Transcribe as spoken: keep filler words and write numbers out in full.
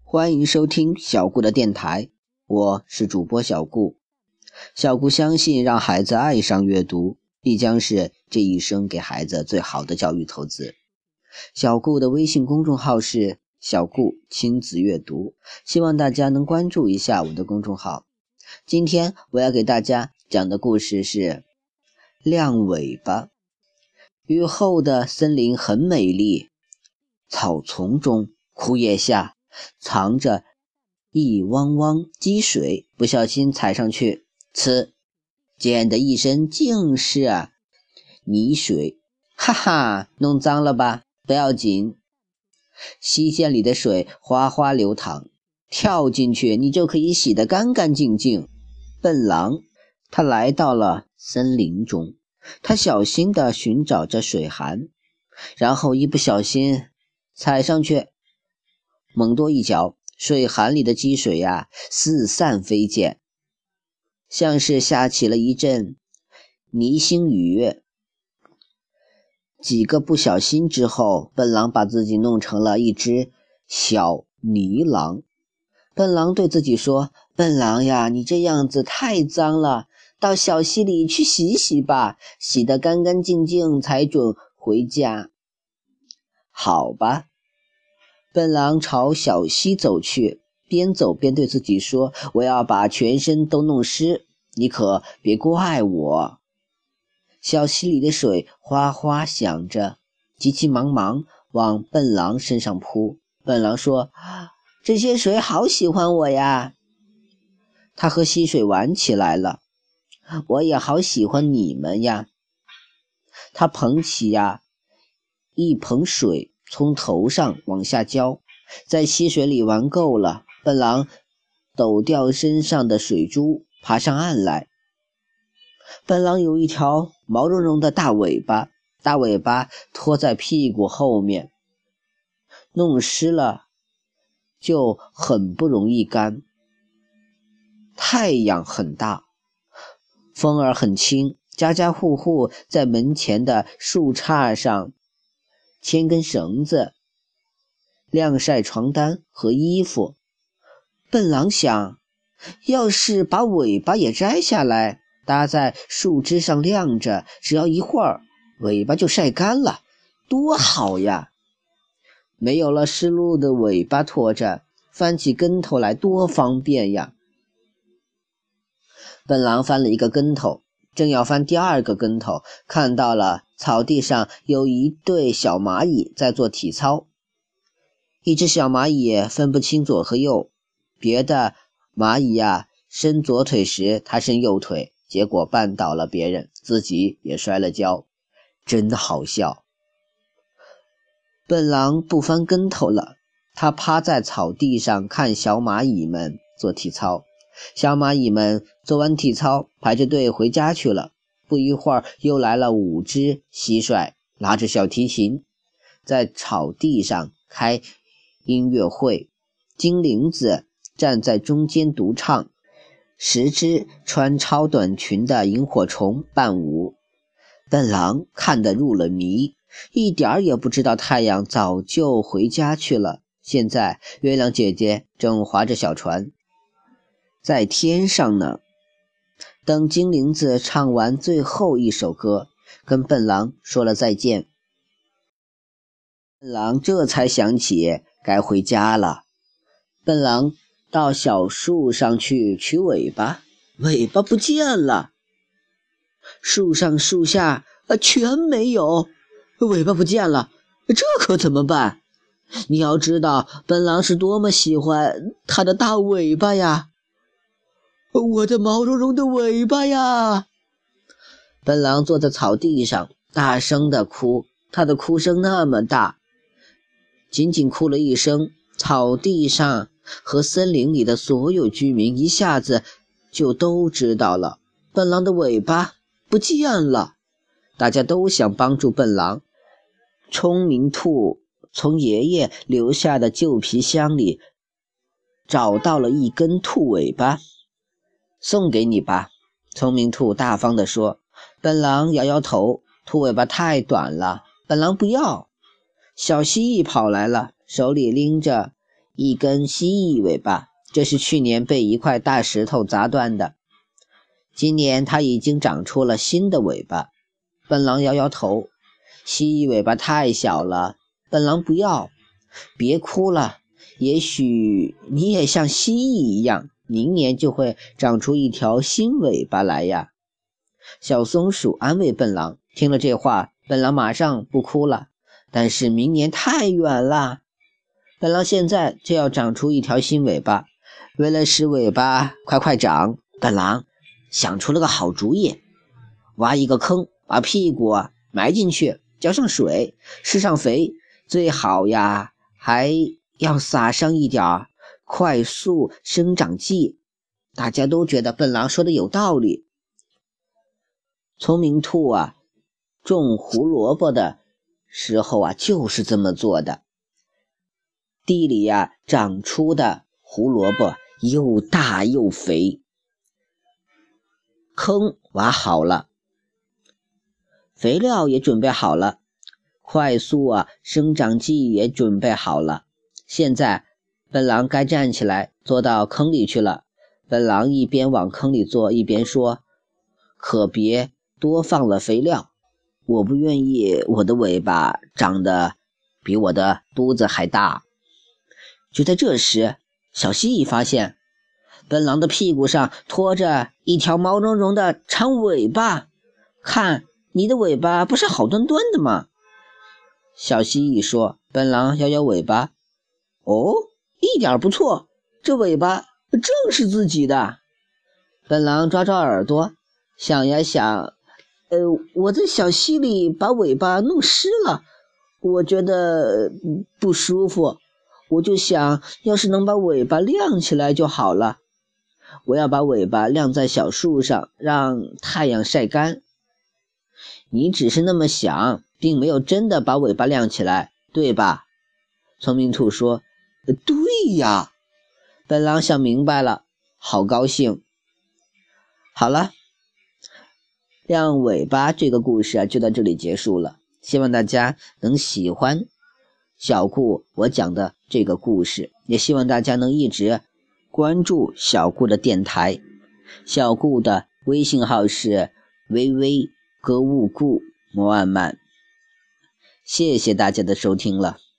欢迎收听小顾的电台，我是主播小顾。小顾相信让孩子爱上阅读，必将是这一生给孩子最好的教育投资。小顾的微信公众号是小顾亲子阅读，希望大家能关注一下我的公众号。今天我要给大家讲的故事是亮尾巴。雨后的森林很美丽，草丛中枯叶下藏着一汪汪积水，不小心踩上去，呲，溅的一身尽是啊泥水，哈哈，弄脏了吧？不要紧，溪涧里的水哗哗流淌，跳进去你就可以洗得干干净净。笨狼他来到了森林中，他小心地寻找着水涵，然后一不小心踩上去，猛跺一脚，水涵里的积水呀、啊、四散飞溅，像是下起了一阵泥星雨。几个不小心之后，笨狼把自己弄成了一只小泥狼。笨狼对自己说，笨狼呀，你这样子太脏了，到小溪里去洗洗吧，洗得干干净净才准回家。好吧，笨狼朝小溪走去，边走边对自己说，我要把全身都弄湿，你可别怪我。小溪里的水哗哗响着，急急忙忙往笨狼身上扑。笨狼说，这些水好喜欢我呀。他和溪水玩起来了，我也好喜欢你们呀。他捧起呀一盆水，从头上往下浇，在溪水里玩够了，笨狼抖掉身上的水珠，爬上岸来。笨狼有一条毛茸茸的大尾巴，大尾巴拖在屁股后面，弄湿了就很不容易干。太阳很大，风儿很轻，家家户户在门前的树杈上牵根绳子，晾晒床单和衣服。笨狼想，要是把尾巴也摘下来，搭在树枝上晾着，只要一会儿，尾巴就晒干了，多好呀！没有了湿漉的尾巴拖着，翻起跟头来多方便呀！笨狼翻了一个跟头，正要翻第二个跟头，看到了草地上有一对小蚂蚁在做体操。一只小蚂蚁分不清左和右，别的蚂蚁呀、啊、伸左腿时，它伸右腿，结果绊倒了别人，自己也摔了跤，真好笑。笨狼不翻跟头了，他趴在草地上看小蚂蚁们做体操。小蚂蚁们做完体操，排着队回家去了。不一会儿，又来了五只蟋蟀，拿着小提琴，在草地上开音乐会。金铃子站在中间独唱，十只穿超短裙的萤火虫伴舞。笨狼看得入了迷，一点儿也不知道太阳早就回家去了。现在月亮姐姐正划着小船在天上呢。等金铃子唱完最后一首歌，跟笨狼说了再见，笨狼这才想起该回家了。笨狼到小树上去取尾巴，尾巴不见了，树上树下、啊、全没有，尾巴不见了，这可怎么办？你要知道笨狼是多么喜欢他的大尾巴呀，我的毛茸茸的尾巴呀！笨狼坐在草地上大声地哭，他的哭声那么大，仅仅哭了一声，草地上和森林里的所有居民一下子就都知道了，笨狼的尾巴不见了。大家都想帮助笨狼。聪明兔从爷爷留下的旧皮箱里找到了一根兔尾巴，送给你吧。聪明兔大方地说。笨狼摇摇头，兔尾巴太短了，笨狼不要。小蜥蜴跑来了，手里拎着一根蜥蜴尾巴，这是去年被一块大石头砸断的。今年它已经长出了新的尾巴。笨狼摇摇头，蜥蜴尾巴太小了，笨狼不要。别哭了，也许你也像蜥蜴一样，明年就会长出一条新尾巴来呀。小松鼠安慰笨狼，听了这话，笨狼马上不哭了。但是明年太远了，笨狼现在就要长出一条新尾巴。为了使尾巴快快长，笨狼想出了个好主意，挖一个坑，把屁股啊埋进去，浇上水，施上肥，最好呀还要撒上一点快速生长剂。大家都觉得笨狼说的有道理。聪明兔啊种胡萝卜的时候啊就是这么做的。地里呀长出的胡萝卜又大又肥。坑挖好了，肥料也准备好了，快速啊生长剂也准备好了。现在笨狼该站起来坐到坑里去了。笨狼一边往坑里坐，一边说，可别多放了肥料，我不愿意我的尾巴长得比我的肚子还大。就在这时，小蜥蜴发现笨狼的屁股上拖着一条毛茸茸的长尾巴，看，你的尾巴不是好端端的吗？小蜥蜴说。笨狼摇摇尾巴，哦，一点不错，这尾巴正是自己的。笨狼抓抓耳朵，想呀想，呃，我在小溪里把尾巴弄湿了，我觉得不舒服，我就想要是能把尾巴晾起来就好了。我要把尾巴晾在小树上，让太阳晒干。你只是那么想，并没有真的把尾巴晾起来，对吧？聪明兔说，对呀。笨狼想明白了，好高兴。好了，晾尾巴这个故事啊就到这里结束了，希望大家能喜欢小顾我讲的这个故事，也希望大家能一直关注小顾的电台。小顾的微信号是微微歌舞顾摩安曼。谢谢大家的收听了。